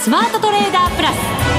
スマートトレーダープラス。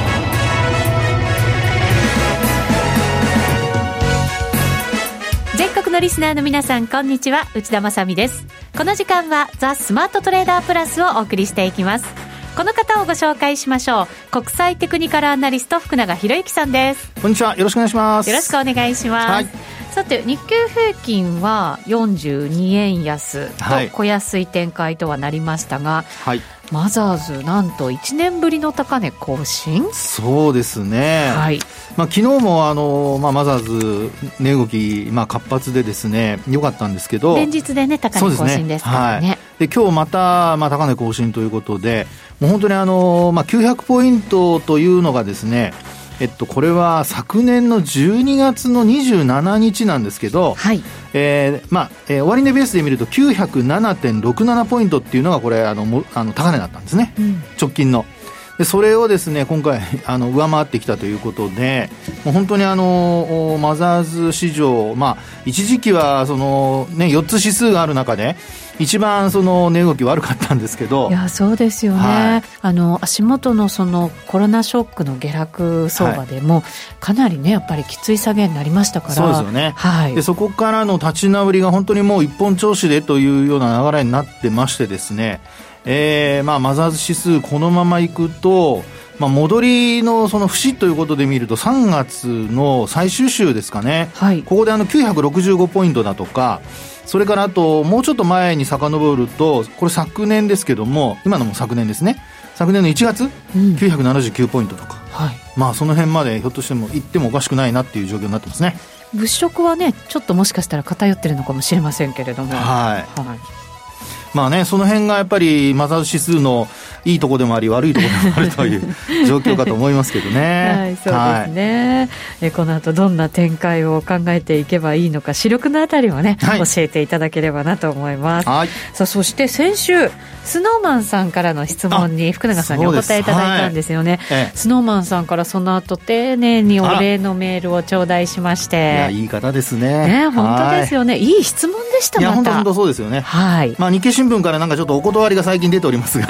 全国のリスナーの皆さん、こんにちは、内田まさみです。この時間はザ・スマートトレーダープラスをお送りしていきます。この方をご紹介しましょう。国際テクニカルアナリスト福永博之さんです。 こんにちは、よろしくお願いします。 よろしくお願いします、はい。さて、日経平均は42円安と小安い展開とはなりましたが、はい、マザーズなんと1年ぶりの高値更新。 そうですね、はい。昨日もマザーズ値動き、活発でですね、良かったんですけど、 連日でね、高値更新ですからね。はい、 で今日また、高値更新ということで、もう本当に900ポイントというのがですね、これは昨年の12月の27日なんですけど、はい、終値ベースで見ると 907.67 ポイントっていうのがこれ高値だったんですね、直近の。でそれをですね、今回上回ってきたということで、もう本当にマザーズ市場、一時期は4つ指数がある中で一番値動き悪かったんですけど。 いや、そうですよね、はい、足元のコロナショックの下落相場でもかなりね、やっぱりきつい下げになりましたから。 そうですよね、はい。でそこからの立ち直りが本当にもう一本調子でというような流れになってましてですね、マザーズ指数このままいくと、戻りの節ということで見ると3月の最終週ですかね、はい、ここで965ポイントだとか、それからあともうちょっと前に遡ると、これ昨年ですけども、今のも昨年ですね、昨年の1月、979ポイントとか、はい、その辺までひょっとしても行ってもおかしくないなっていう状況になってますね。 物色はね、ちょっともしかしたら偏ってるのかもしれませんけれども、はい、はい。 その辺がやっぱりマザーズ指数のいいとこでもあり悪いところでもあるという状況かと思いますけどね。 はい、そうですね、はい。この後どんな展開を考えていけばいいのか、主力のあたりもね、はい、教えていただければなと思います。はい、さあ、そして先週スノーマンさんからの質問に福永さんにお答えいただいたんですよね。はい、スノーマンさんからその後丁寧にお礼のメールを頂戴しまして。 いや、いい方ですね。 本当ですよね。いい質問でした。 いや、本当そうですよね。はい。日経新聞からなんかちょっとお断りが最近出ておりますが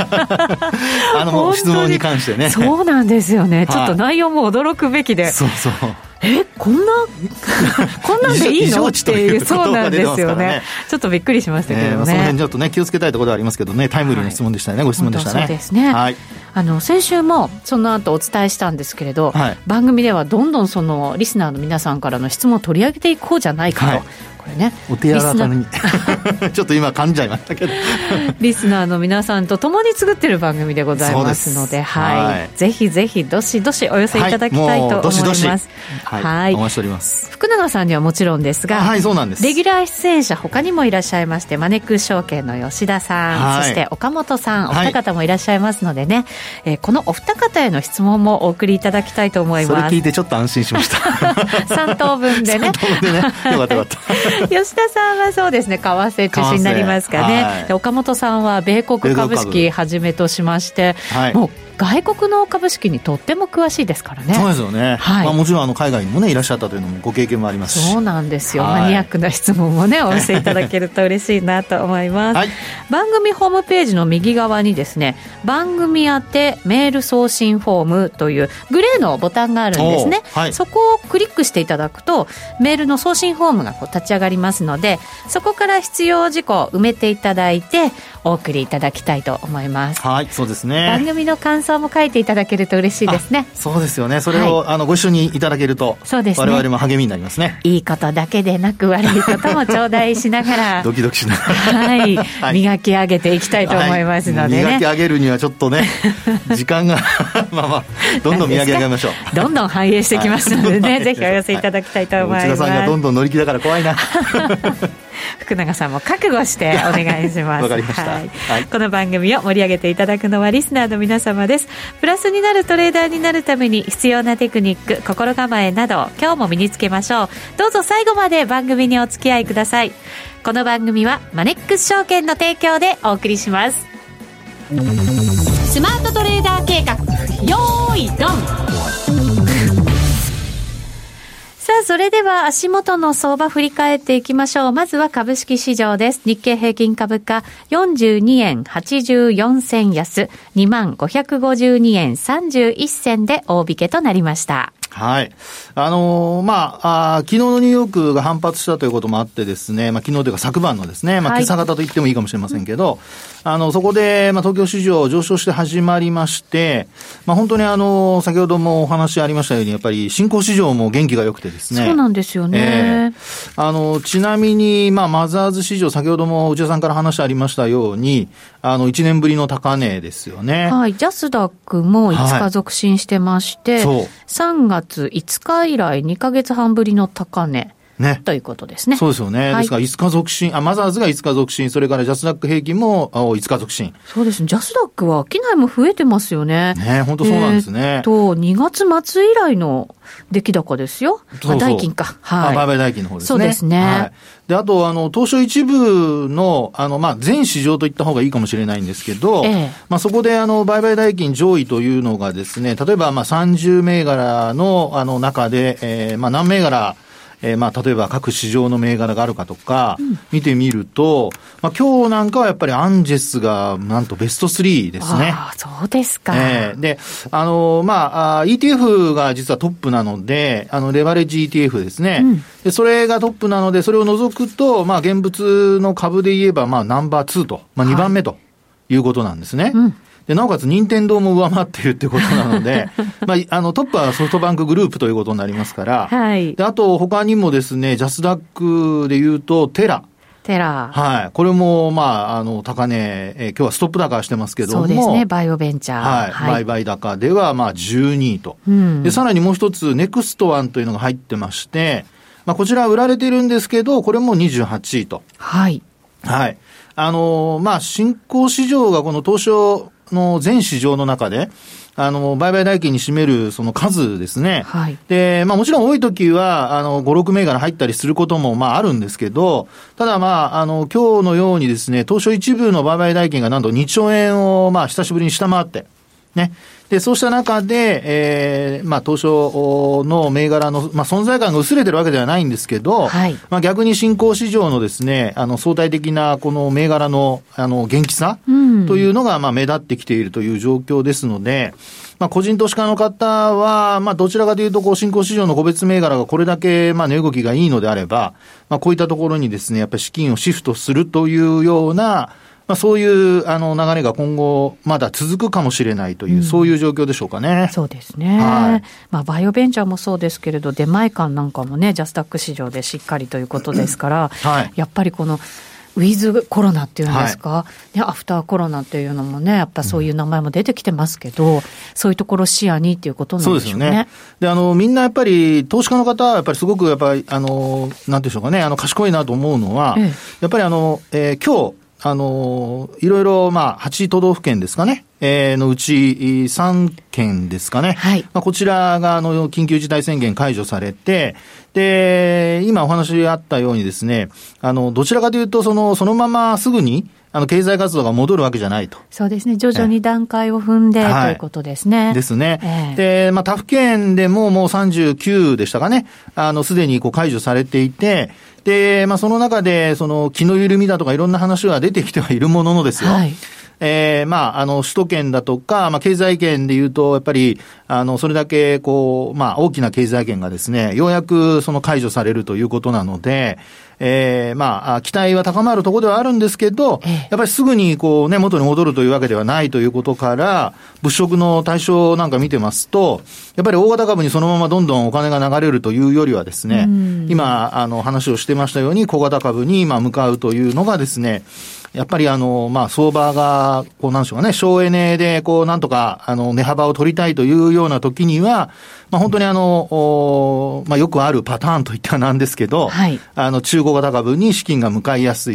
質問に関してね。 そうなんですよね。ちょっと内容も驚くべきで。 そうそう。 こんなんでいいのっていう。そうなんですよね。ちょっとびっくりしましたけどね。 その辺ちょっとね、気をつけたいところではありますけどね、タイムリーな質問でしたね、はい、ご質問でしたね。 そうですね。はい。先週もその後お伝えしたんですけれど、はい、番組ではどんどんリスナーの皆さんからの質問を取り上げていこうじゃないかと。はい、これね、 お手柔らかにちょっと今噛んじゃいましたけどリスナーの皆さんと共に作っている番組でございますので、はい、ぜひぜひどしどしお寄せいただきたいと思います。どしどし、 はい、お待ちしております。 福永さんにはもちろんですが、 はい、そうなんです。 レギュラー出演者他にもいらっしゃいまして、マネックス証券の吉田さん、はい、そして岡本さん、お二方もいらっしゃいますのでね、このお二方への質問もお送りいただきたいと思います。 それ聞いてちょっと安心しました 3等分でね 3等分でね、よかったよかった吉田さんはそうですね、為替中心になりますかね、はい、で岡本さんは米国株式はじめとしまして、はい、もう外国の株式にとっても詳しいですからね。 そうですよね、はい。もちろん海外にもねいらっしゃったというのもご経験もありますし。 そうなんですよ、はい、マニアックな質問もねお寄せいただけると嬉しいなと思います、はい、番組ホームページの右側にですね、番組宛てメール送信フォームというグレーのボタンがあるんですね、はい、そこをクリックしていただくとメールの送信フォームが立ち上がりますので、そこから必要事項を埋めていただいてお送りいただきたいと思います。 はい、そうですね。 番組の感想も書いていただけると嬉しいですね。 そうですよね。それを、はい、ご一緒にいただけると、そうですね、我々も励みになりますね。 いいことだけでなく悪いことも頂戴しながらドキドキしながら、 はいはい、磨き上げていきたいと思いますのでね、 磨き上げるにはちょっとね時間がどんどん磨き上げましょう。 どんどん反映してきますのでねぜひお寄せいただきたいと思います。 内田さんがどんどん乗り気だから怖いな福永さんも覚悟してお願いします。 わかりました、 はいはい、この番組を盛り上げていただくのはリスナーの皆様です。プラスになるトレーダーになるために必要なテクニック、心構えなど今日も身につけましょう。どうぞ最後まで番組にお付き合いください。この番組はマネックス証券の提供でお送りします。スマートトレーダー計画、よーいドン。さあ、それでは足元の相場振り返っていきましょう。まずは株式市場です。日経平均株価42円84銭安、2552円31銭で大引けとなりました。 はい。昨日のニューヨークが反発したということもあってですね、昨日というか昨晩のですね、今朝方と言ってもいいかもしれませんけど、そこで、東京市場上昇して始まりまして、本当に先ほどもお話ありましたように、やっぱり新興市場も元気が良くてですね。 そうなんですよね。 ちなみに、マザーズ市場、先ほども内田さんから話ありましたように、1年ぶりの高値ですよね。 はい。ジャスダックも5日続伸してまして、3月5日以来2ヶ月半ぶりの高値。ということですね。 そうですよね。ですから5日続伸、マザーズが5日続伸、それからジャスダック平均も5日続伸。 そうですね。ジャスダックは商いも増えてますよね。 本当そうなんですね。 2月末以来の出来高ですよ。代金か。 はい。売買代金の方ですね。 そうですね。はい。 で、あと、東証一部の、全市場と言った方がいいかもしれないんですけど、そこで、売買代金上位というのがですね、例えば、30銘柄の、中で、何銘柄、例えば各市場の銘柄があるかとか、見てみると、今日なんかはやっぱりアンジェスがなんとベスト3ですね。 そうですか。 で、ETF が実はトップなので、レバレッジ ETF ですね。で、それがトップなので、それを除くと、現物の株で言えば、ナンバー2と、2番目ということなんですね。で、なおかつ、任天堂も上回っているっていうことなので、トップはソフトバンクグループということになりますから、はい。で、あと、他にもですね、ジャスダックで言うと、テラ。はい。これも、高値、今日はストップ高してますけども。 そうですね、バイオベンチャー。 はい。売買高では、12位と。で、さらにもう一つ、ネクストワンというのが入ってまして、こちらは売られてるんですけど、これも28位と。 はい。 はい。新興市場がこの東証の全市場の中で、売買代金に占めるその数ですね。はい。で、もちろん多い時は、5、6銘柄入ったりすることも、あるんですけど、ただ今日のようにですね、東証一部の売買代金がなんと2兆円を、久しぶりに下回って、ね。で、そうした中で、東証の銘柄の、存在感が薄れてるわけではないんですけど、はい。逆に新興市場のですね、相対的なこの銘柄の、元気さというのが、目立ってきているという状況ですので、個人投資家の方は、どちらかというと、新興市場の個別銘柄がこれだけ、値動きがいいのであれば、こういったところにですね、やっぱり資金をシフトするというような、そういう流れが今後まだ続くかもしれないという、そういう状況でしょうかね。 そうですね。はい。バイオベンチャーもそうですけれど、出前館なんかもね、ジャスダック市場でしっかりということですから、はい、やっぱりこのウィズコロナっていうんですか、はい、アフターコロナっていうのもね、やっぱそういう名前も出てきてますけど、そういうところ視野にっていうことなんでしょうね。そうですよね。 で、みんなやっぱり投資家の方はやっぱりすごくやっぱりなんていうんでしょうかね、賢いなと思うのは、やっぱり今日いろいろ、8都道府県ですかね、のうち3県ですかね。はい。こちらが、緊急事態宣言解除されて、で、今お話あったようにですね、どちらかというと、そのまますぐに、経済活動が戻るわけじゃないと。 そうですね。徐々に段階を踏んで、ということですね。 ですね。で、他府県でももう39でしたかね。すでに解除されていて、で、その中で、気の緩みだとかいろんな話は出てきてはいるもののですよ。はい。首都圏だとか、経済圏で言うと、やっぱり、それだけ、大きな経済圏がですね、ようやく解除されるということなので、期待は高まるところではあるんですけど、やっぱりすぐに元に戻るというわけではないということから、物色の対象なんか見てますと、やっぱり大型株にそのままどんどんお金が流れるというよりはですね、今、話をしてましたように小型株に向かうというのがですね、やっぱり相場が、なんでしょうかね、省エネで、なんとか、値幅を取りたいというような時には、本当によくあるパターンといってはなんですけど、はい、中小型株に資金が向かいやすいと。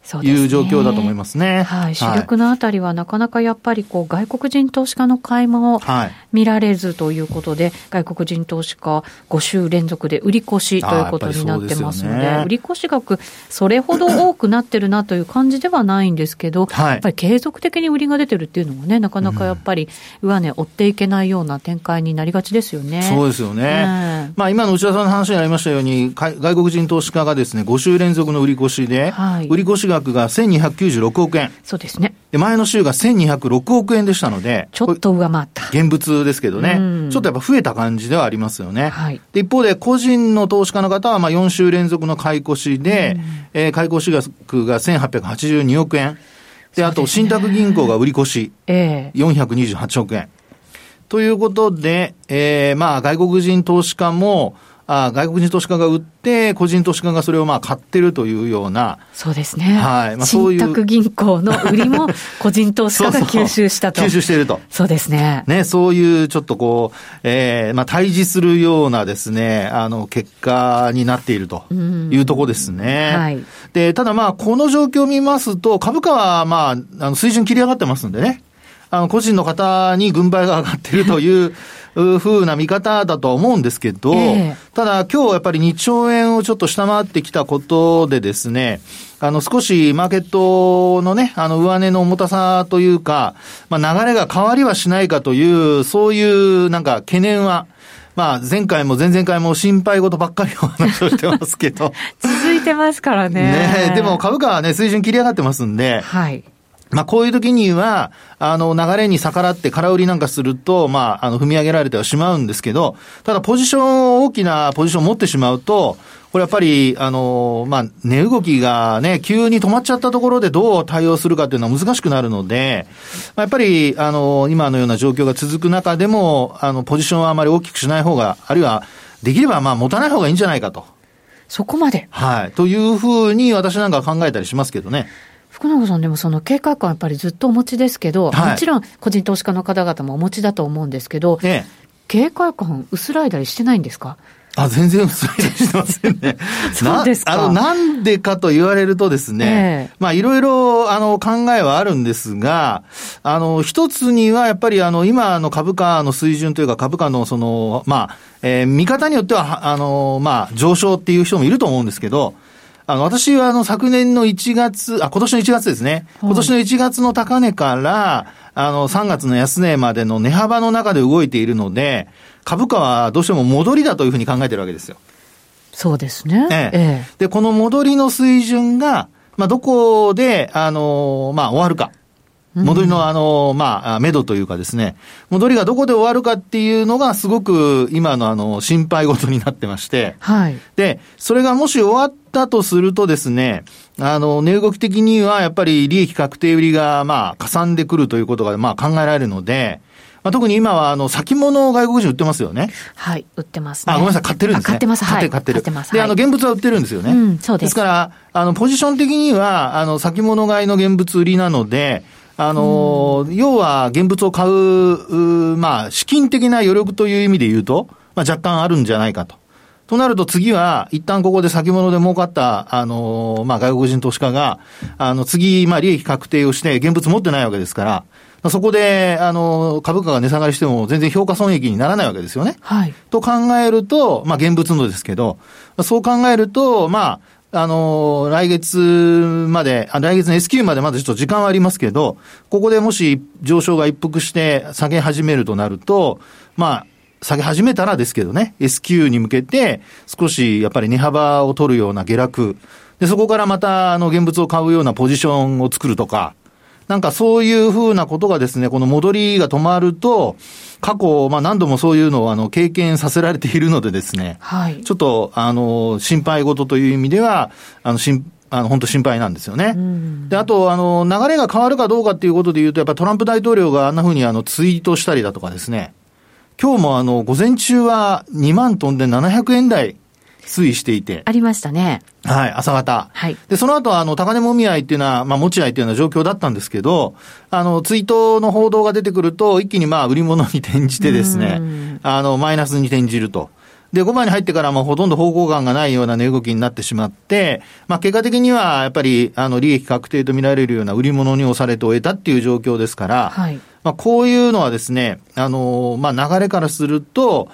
いう状況だと思いますね。 はい。主力のあたりはなかなかやっぱりこう外国人投資家の買いも見られずということで、外国人投資家5週連続で売り越しということになってますので、売り越し額それほど多くなってるなという感じではないんですけど、やっぱり継続的に売りが出てるっていうのもね、なかなかやっぱり上値追っていけないような展開になりがちですよね。 そうですよね。まあ今の内田さんの話にありましたように、外国人投資家がですね、5週連続の売り越しで、売り越し額が1296億円。 そうですね。 で、前の週が1206億円でしたので、 ちょっと上回った。 現物ですけどね、ちょっとやっぱ増えた感じではありますよね。 はい。 で、一方で個人の投資家の方は、まあ4週連続の買い越しで、買い越し額が1882億円。で、あと、信託銀行が売り越し、428億円。ということで、まあ外国人投資家も、外国人投資家が売って、個人投資家がそれをまあ買ってるというような。 そうですね。 はい。まあそういう。 信託銀行の売りも個人投資家が吸収したと。 吸収していると。 そうですね。 ね、そういうちょっとこう、まあ対峙するようなですね、結果になっているというところですね。はい。で、ただまあこの状況を見ますと、株価はまあ、水準切り上がってますんでね。個人の方に軍配が上がっているという風な見方だとは思うんですけど、ただ今日やっぱり2兆円をちょっと下回ってきたことでですね、少しマーケットのね、上値の重たさというか、まあ流れが変わりはしないかという、そういうなんか懸念は、まあ前回も前々回も心配事ばっかりお話をしてますけど。 続いてますからね。 ね、でも株価はね、水準切り上がってますんで、はい。まあ、こういう時には、流れに逆らって空売りなんかすると、まあ、踏み上げられてはしまうんですけど、ただ大きなポジションを持ってしまうと、これやっぱり、まあ、値動きがね、急に止まっちゃったところでどう対応するかっていうのは難しくなるので、まあ、やっぱり、今のような状況が続く中でも、ポジションはあまり大きくしない方が、あるいは、できればまあ、持たない方がいいんじゃないかと。 そこまで。 はい。というふうに私なんか考えたりしますけどね。 福永さんでもその警戒感やっぱりずっとお持ちですけど、はい、もちろん個人投資家の方々もお持ちだと思うんですけど、警戒感薄らいだりしてないんですか？ 全然薄らいだりしてませんね。 そうですか。 なんでかと言われるとですね、まあいろいろ考えはあるんですが、一つにはやっぱり今の株価の水準というか株価のその、まあ、見方によってはまあ上昇っていう人もいると思うんですけど、私は昨年の1月、今年の1月ですね。今年の1月の高値から、3月の安値までの値幅の中で動いているので、株価はどうしても戻りだというふうに考えているわけですよ。そうですね。で、この戻りの水準が、まあ、どこで、まあ、終わるか。戻りのまあ、目処というかですね、戻りがどこで終わるかっていうのがすごく今の心配事になってまして、はい。で、それがもし終わったとするとですね、値動き的にはやっぱり利益確定売りがまあ、かさんでくるということがまあ考えられるので、まあ、特に今は先物を外国人売ってますよね。はい、売ってますね。ごめんなさい、買ってるんですね。買ってます、はい。買ってる。で、現物は売ってるんですよね。そうです。ですから、ポジション的には、先物買いの現物売りなので、要は現物を買う、まあ、資金的な余力という意味で言うと、まあ、若干あるんじゃないかと。となると次は、一旦ここで先物で儲かった、まあ、外国人投資家が、次、まあ、利益確定をして現物持ってないわけですから、そこで、株価が値下がりしても全然評価損益にならないわけですよね。はい。と考えると、まあ、現物のですけど、そう考えると、まあ、来月の S q までまだちょっと時間はありますけど、ここでもし上昇が一服して下げ始めるとなると、まあ、下げ始めたらですけどね、S q に向けて少しやっぱり値幅を取るような下落。で、そこからまた現物を買うようなポジションを作るとか、なんかそういうふうなことがですね、この戻りが止まると、過去、まあ何度もそういうのを経験させられているのでですね、はい、ちょっと心配事という意味では、本当心配なんですよね。で、あと、流れが変わるかどうかっていうことで言うと、やっぱりトランプ大統領があんなふうにツイートしたりだとかですね、今日も午前中は2万飛んで700円台推移していて。ありましたね。はい、朝方。はい。で、その後高値もみ合いっていうのは、まあ、持ち合いっていうような状況だったんですけど、ツイートの報道が出てくると、一気にまあ、売り物に転じてですね、マイナスに転じると。 で、5番に入ってからもほとんど方向感がないような値動きになってしまって、結果的にはやっぱり、利益確定と見られるような売り物に押されて終えたっていう状況ですから、はい、こういうのはですね、流れからすると、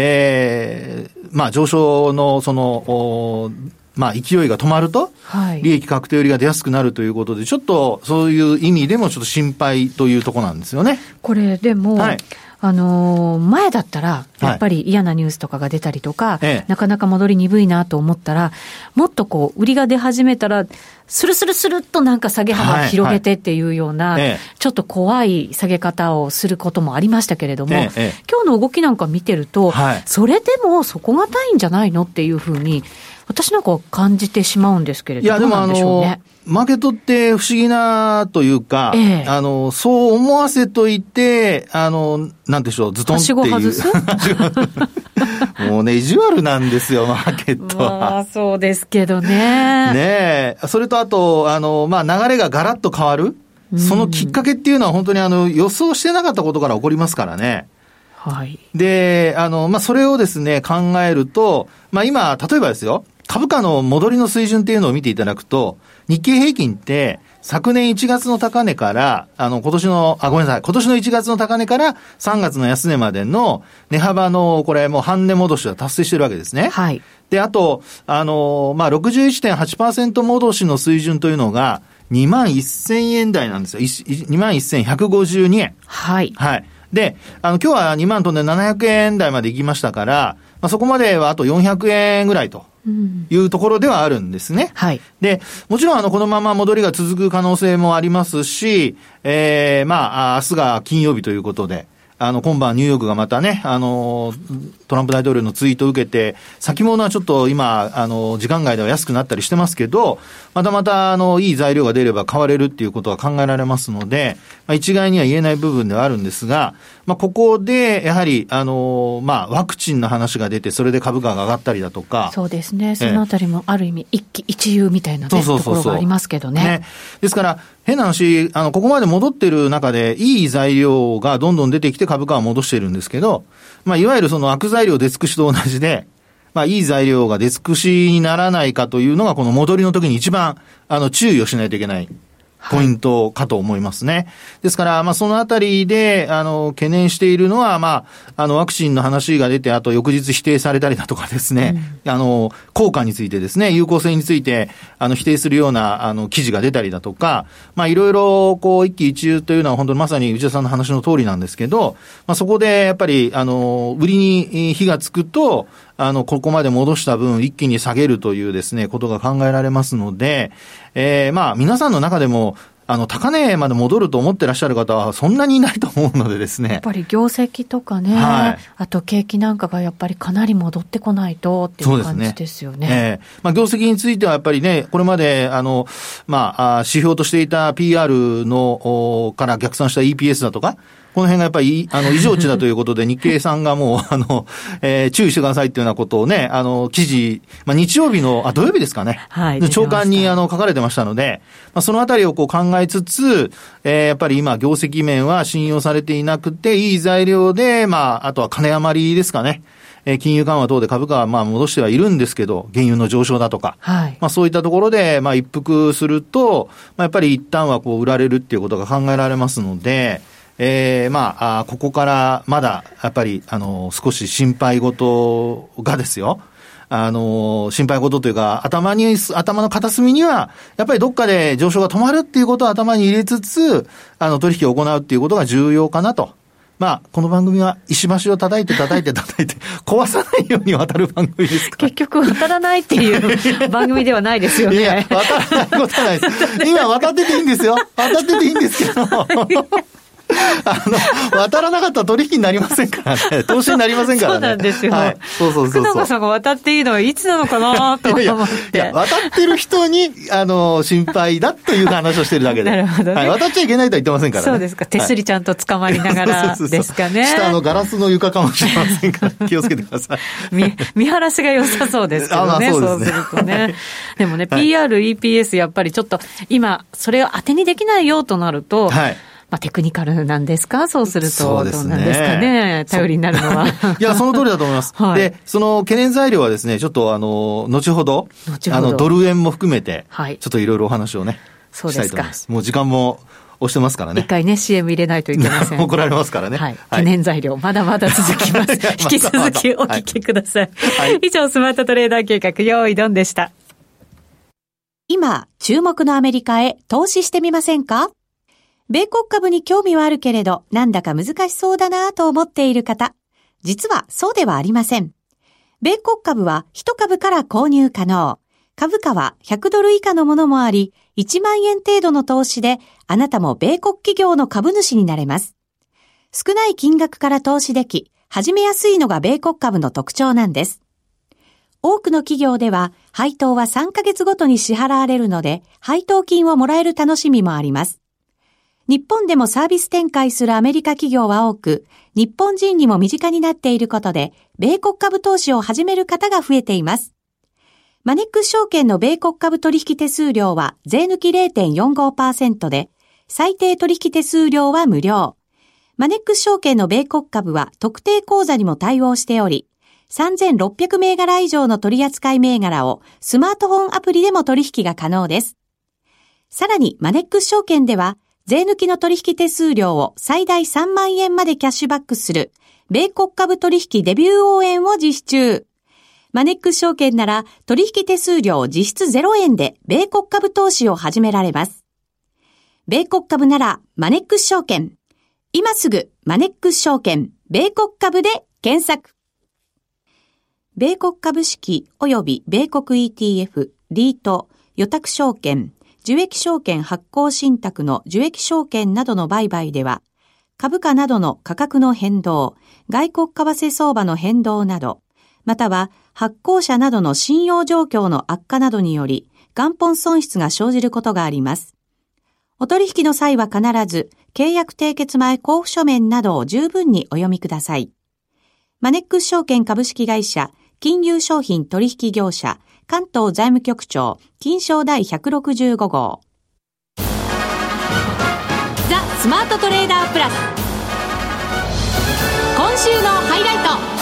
上昇の勢いが止まると、利益確定売りが出やすくなるということで、ちょっとそういう意味でもちょっと心配というところなんですよね。 これでも、はい、前だったらやっぱり嫌なニュースとかが出たりとか、なかなか戻り鈍いなと思ったら、もっとこう売りが出始めたらスルスルスルっとなんか下げ幅を広げてっていうような、ちょっと怖い下げ方をすることもありましたけれども、今日の動きなんか見てると、それでも底堅いんじゃないのっていうふうに私なんかは感じてしまうんですけれども、どうなんでしょうね。 マーケットって不思議なというか、そう思わせといて、なんでしょう、ズトンっていう。はしご外すもうね、意地悪なんですよ、マーケットは。 そうですけどね。 ねえ。それとあと、流れがガラッと変わる。そのきっかけっていうのは本当に予想してなかったことから起こりますからね。はい。で、それをですね、考えると、今、例えばですよ、株価の戻りの水準っていうのを見ていただくと、日経平均って昨年1月の高値から、今年の1月の高値から3月の安値までの値幅の、これもう半値戻しは達成してるわけですね。はい。で、あと、61.8% 戻しの水準というのが21,000円台なんですよ。21,152円。はい。はい。で、今日は2万飛んで700円台まで行きましたから、そこまではあと400円ぐらいというところではあるんですね。はい。で、もちろんこのまま戻りが続く可能性もありますし、明日が金曜日ということで、今晩ニューヨークがまたね、トランプ大統領のツイートを受けて、先物はちょっと今、時間外では安くなったりしてますけど、またいい材料が出れば買われるっていうことは考えられますので、一概には言えない部分ではあるんですが、ここで、やはり、ワクチンの話が出て、それで株価が上がったりだとか。 そうですね。そのあたりもある意味、一喜一憂みたいな、ところがありますけどね。 ですから、変な話、ここまで戻ってる中で、いい材料がどんどん出てきて株価は戻してるんですけど、いわゆるその悪材料出尽くしと同じで、いい材料が出尽くしにならないかというのが、この戻りの時に一番、注意をしないといけない。ポイントかと思いますね。ですから、そのあたりで、懸念しているのは、ワクチンの話が出て、あと翌日否定されたりだとかですね、効果についてですね、有効性について、否定するような、記事が出たりだとか、いろいろ、一喜一憂というのは本当にまさに内田さんの話の通りなんですけど、そこでやっぱり、売りに火がつくと、ここまで戻した分一気に下げるというですね、ことが考えられますので、皆さんの中でも、高値まで戻ると思ってらっしゃる方はそんなにいないと思うのでですね。 やっぱり業績とかね、はい、あと景気なんかがやっぱりかなり戻ってこないとっていう感じですよね。 業績についてはやっぱりね、これまで指標としていた PR のから逆算した EPS だとか、この辺がやっぱり異常値だということで日経さんがもう注意してくださいっていうようなことをね、記事、日曜日の土曜日ですかね、はい、朝刊に書かれてましたので、そのあたりを考えつつ、やっぱり今業績面は信用されていなくていい材料で、あとは金余りですかね。金融緩和等で株価は戻してはいるんですけど、原油の上昇だとか、はい、そういったところで一服すると、やっぱり一旦は売られるっていうことが考えられますので、ここからまだやっぱり少し心配事がですよ。心配事というか頭の片隅にはやっぱりどっかで上昇が止まるっていうことを頭に入れつつ取引を行うっていうことが重要かなと。この番組は石橋を叩いて壊さないように渡る番組ですから。 結局渡らないっていう番組ではないですよね。 いや、渡らないことはないです。今渡ってていいんですよ。渡ってていいんですけど。渡らなかったら取引になりませんからね。投資になりませんからね。 そうなんですよ。はい。 そう。 福永さんが渡っていいのはいつなのかなと思って。 いや、渡ってる人に、心配だという話をしてるだけで。 なるほどね。 はい。渡っちゃいけないとは言ってませんからね。 そうですか。手すりちゃんと捕まりながらですかね。 下のガラスの床かもしれませんから、気をつけてください。 見晴らしが良さそうですけどね。そうするとね。でもね、PR、EPS やっぱりちょっと、今、それを当てにできないよとなると、はい。 テクニカルなんですか？そうすると。 そうですね。 どうなんですかね。頼りになるのは。 いや、その通りだと思います。はい、で、その懸念材料はですね、ちょっと後ほど、ドル円も含めて、ちょっといろいろお話をね、したいと思います。もう時間も押してますからね。 一回ね、CM 入れないといけません。 怒られますからね。 はい。懸念材料、まだまだ続きます。引き続きお聞きください。はい、以上、スマートトレーダー計画、用意ドンでした。 今、注目のアメリカへ投資してみませんか？米国株に興味はあるけれど、なんだか難しそうだなぁと思っている方。実はそうではありません。米国株は1株から購入可能。株価は100ドル以下のものもあり、1万円程度の投資で、あなたも米国企業の株主になれます。少ない金額から投資でき、始めやすいのが米国株の特徴なんです。多くの企業では、配当は3ヶ月ごとに支払われるので、配当金をもらえる楽しみもあります。日本でもサービス展開するアメリカ企業は多く、日本人にも身近になっていることで、米国株投資を始める方が増えています。マネックス証券の米国株取引手数料は税抜き 0.45% で、最低取引手数料は無料。マネックス証券の米国株は特定口座にも対応しており、3600銘柄以上の取扱銘柄をスマートフォンアプリでも取引が可能です。さらにマネックス証券では、税抜きの取引手数料を最大3万円までキャッシュバックする、米国株取引デビュー応援を実施中。マネックス証券なら取引手数料実質0円で米国株投資を始められます。米国株ならマネックス証券。今すぐマネックス証券米国株で検索。米国株式及び米国 ETF、リート、予託証券、受益証券発行信託の受益証券などの売買では、株価などの価格の変動、外国為替相場の変動など、または発行者などの信用状況の悪化などにより元本損失が生じることがあります。お取引の際は必ず契約締結前交付書面などを十分にお読みください。マネックス証券株式会社金融商品取引業者関東財務局長金商第165号。ザ・スマートトレーダープラス。今週のハイライト。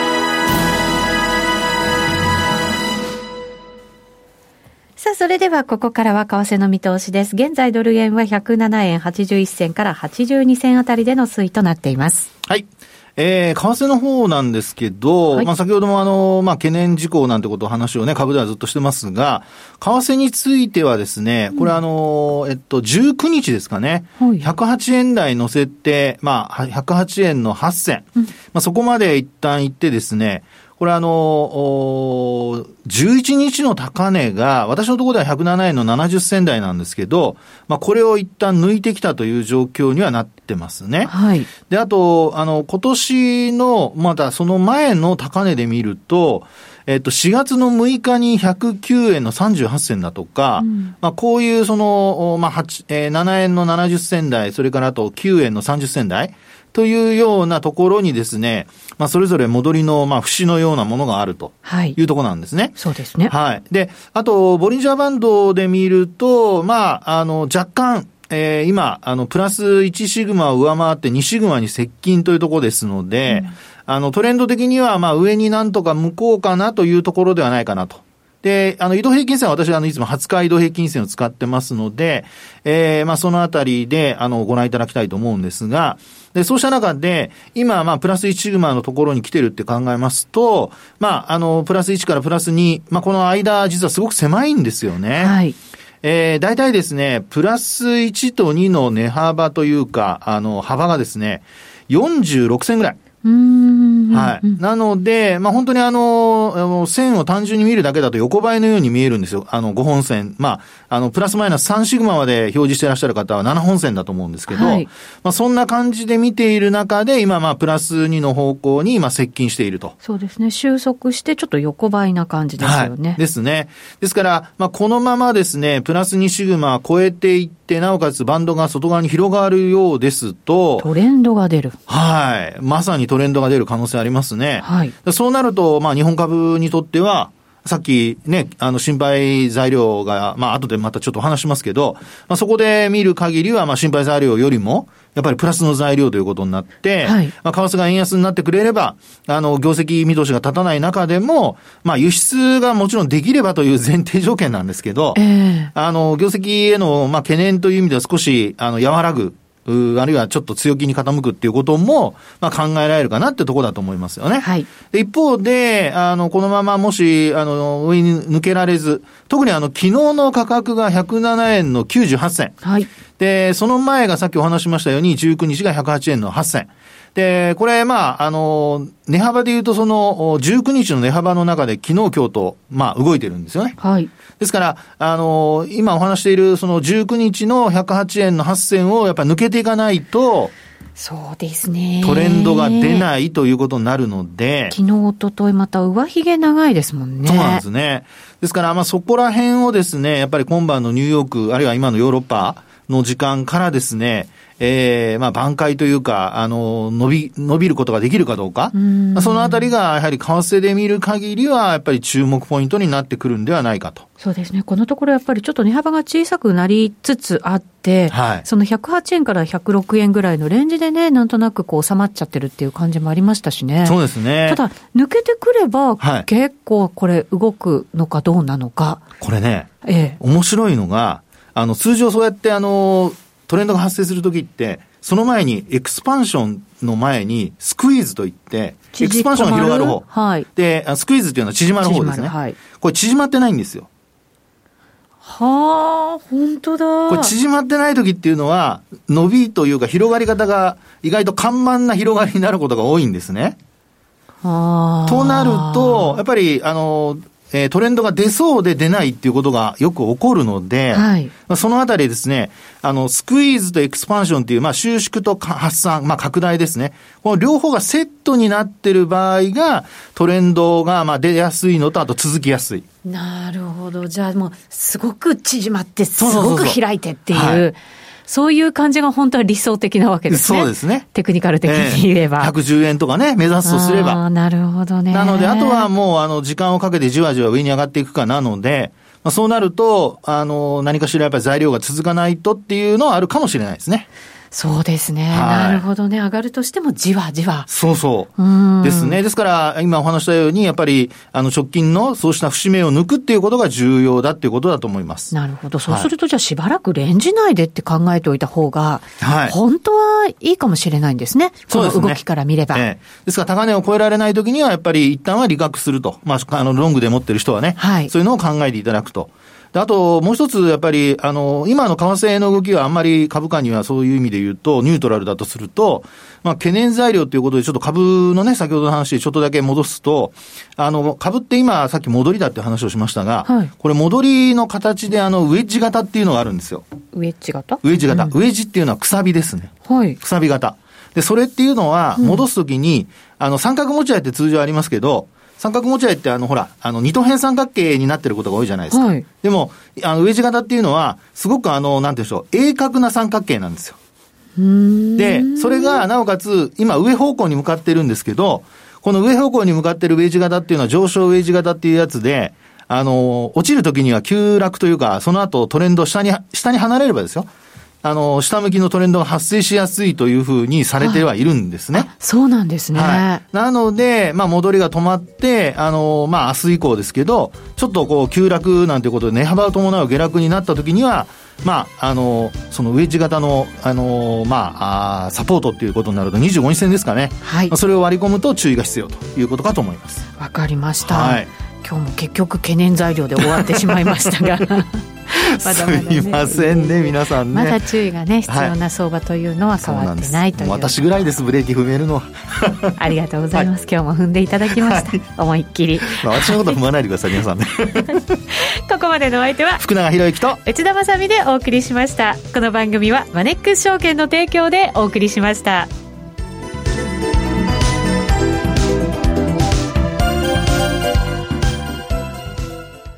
さあ、それではここからは為替の見通しです。現在ドル円は107円81銭から82銭あたりでの推移となっています。 はい。為替の方なんですけど、はい、先ほども懸念事項なんてことを話をね、株ではずっとしてますが、為替についてはですね、これ19日ですかね、はい、108円台乗せて、108円の8銭、そこまで一旦行ってですね、これ11日の高値が、私のところでは107円の70銭台なんですけど、これを一旦抜いてきたという状況にはなってますね。はい。で、あと、今年の、またその前の高値で見ると、4月の6日に109円の38銭だとか、こういう7円の70銭台、それからあと9円の30銭台、というようなところにですね、それぞれ戻りの節のようなものがあるというところなんですね。はい、 そうですね。 はい。で、あと、ボリンジャーバンドで見ると、若干、今、プラス1シグマを上回って2シグマに接近というところですので、トレンド的には上になんとか向こうかなというところではないかなと。で、移動平均線は私はいつも20日移動平均線を使ってますので、そのあたりで、ご覧いただきたいと思うんですが、で、そうした中で、今、プラス1シグマのところに来てるって考えますと、プラス1からプラス2、この間、実はすごく狭いんですよね。はい。大体ですね、プラス1と2の値幅というか、幅がですね、46銭ぐらい。はい。なので、本当に線を単純に見るだけだと横ばいのように見えるんですよ。5本線。プラスマイナス3シグマまで表示していらっしゃる方は7本線だと思うんですけど、はい、そんな感じで見ている中で、今、プラス2の方向に接近していると。 そうですね。収束してちょっと横ばいな感じですよね。 はい。ですね。ですから、このままですね、プラス2シグマ超えていって、なおかつバンドが外側に広がるようですと、 トレンドが出る。 はい。まさにトレンドが出る可能性ありますね。はい。そうなると、日本株にとっては、 さっきね、心配材料が、後でまたちょっとお話しますけど、そこで見る限りは、心配材料よりも、やっぱりプラスの材料ということになって、はい、為替が円安になってくれれば、業績見通しが立たない中でも、輸出がもちろんできればという前提条件なんですけど、業績への、懸念という意味では少し、和らぐ、あるいはちょっと強気に傾くっていうことも、考えられるかなってところだと思いますよね。はい。で一方で、このままもし、上に抜けられず、特に昨日の価格が107円の98銭。はい。で、その前がさっきお話しましたように、19日が108円の8銭。で、これ、値幅で言うと、その、19日の値幅の中で昨日、今日と、動いてるんですよね。はい。ですから、今お話している、その19日の108円の8銭をやっぱり抜けていかないと、 そうですね。 トレンドが出ないということになるので。 昨日、一昨日また上髭長いですもんね。 そうなんですね。ですから、そこら辺をですね、やっぱり今晩のニューヨーク、あるいは今のヨーロッパの時間からですね、挽回というか、伸びることができるかどうか。そのあたりが、やはり為替で見る限りは、やっぱり注目ポイントになってくるんではないかと。 そうですね。このところやっぱりちょっと値幅が小さくなりつつあって、はい、その108円から106円ぐらいのレンジでね、なんとなく収まっちゃってるっていう感じもありましたしね。 そうですね。 ただ、抜けてくれば、はい、結構これ動くのかどうなのか。 これね、面白いのが、通常そうやってトレンドが発生するときって、その前にエクスパンションの前にスクイーズといって、エクスパンションが広がる方。はい。で、スクイーズっていうのは縮まる方ですね。はい。これ縮まってないんですよ。 はあ、本当だ。 これ縮まってないときっていうのは、伸びというか広がり方が意外と緩慢な広がりになることが多いんですね。はあ。となると、やっぱり、トレンドが出そうで出ないっていうことがよく起こるので、はい、そのあたりですね、スクイーズとエクスパンションっていう、収縮と発散、拡大ですね。この両方がセットになってる場合が、トレンドが出やすいのと、あと続きやすい。 なるほど。じゃあもう、すごく縮まって、すごく開いてっていう。はい、そういう感じが本当は理想的なわけですね。 そうですね。 テクニカル的に言えば。 110円とかね、目指すとすれば。 ああ、なるほどね。 なので、あとはもう、時間をかけてじわじわ上に上がっていくかなので、そうなると、何かしらやっぱり材料が続かないとっていうのはあるかもしれないですね。 そうですね。なるほどね。上がるとしてもじわじわ。 そうそう。ですね。ですから、今お話したように、やっぱり、直近のそうした節目を抜くっていうことが重要だっていうことだと思います。 なるほど。そうすると、じゃあしばらくレンジ内でって考えておいた方が、はい、本当はいいかもしれないんですね。そうですね。この動きから見れば。 ですから、高値を超えられないときには、やっぱり一旦は利確すると。ロングで持ってる人はね。はい。そういうのを考えていただくと。あと、もう一つ、やっぱり、今の為替の動きはあんまり株価にはそういう意味で言うと、ニュートラルだとすると、懸念材料ということで、ちょっと株のね、先ほどの話でちょっとだけ戻すと、株って今、さっき戻りだって話をしましたが、はい、これ戻りの形で、ウェッジ型っていうのがあるんですよ。 ウェッジ型？ ウェッジ型。ウェッジっていうのはくさびですね。はい。くさび型。で、それっていうのは、戻すときに、三角持ち合いって通常ありますけど、三角持ち合いって二等辺三角形になってることが多いじゃないですか。はい、でも、ウェッジ型っていうのは、すごくなんていうんでしょう、鋭角な三角形なんですよ。で、それが、なおかつ、今上方向に向かってるんですけど、この上方向に向かってるウェッジ型っていうのは上昇ウェッジ型っていうやつで、落ちるときには急落というか、その後トレンド下に離れればですよ。下向きのトレンドが発生しやすいというふうにされてはいるんですね。 そうなんですね。 はい。なので、戻りが止まって、明日以降ですけど、ちょっと急落なんていうことで値幅を伴う下落になった時には、そのウェッジ型の、サポートっていうことになると25日線ですかね。はい。それを割り込むと注意が必要ということかと思います。 わかりました。はい。今日も結局懸念材料で終わってしまいましたが。 まだまだね、すいませんね、皆さんね。 まだ注意がね、必要な相場というのは変わってないという。 私ぐらいです、ブレーキ踏めるのは。 ありがとうございます。今日も踏んでいただきました。思いっきり。 私のことは踏まないでください、皆さんね。 ここまでのお相手は、 福永博之と内田まさみでお送りしました。この番組はマネックス証券の提供でお送りしました。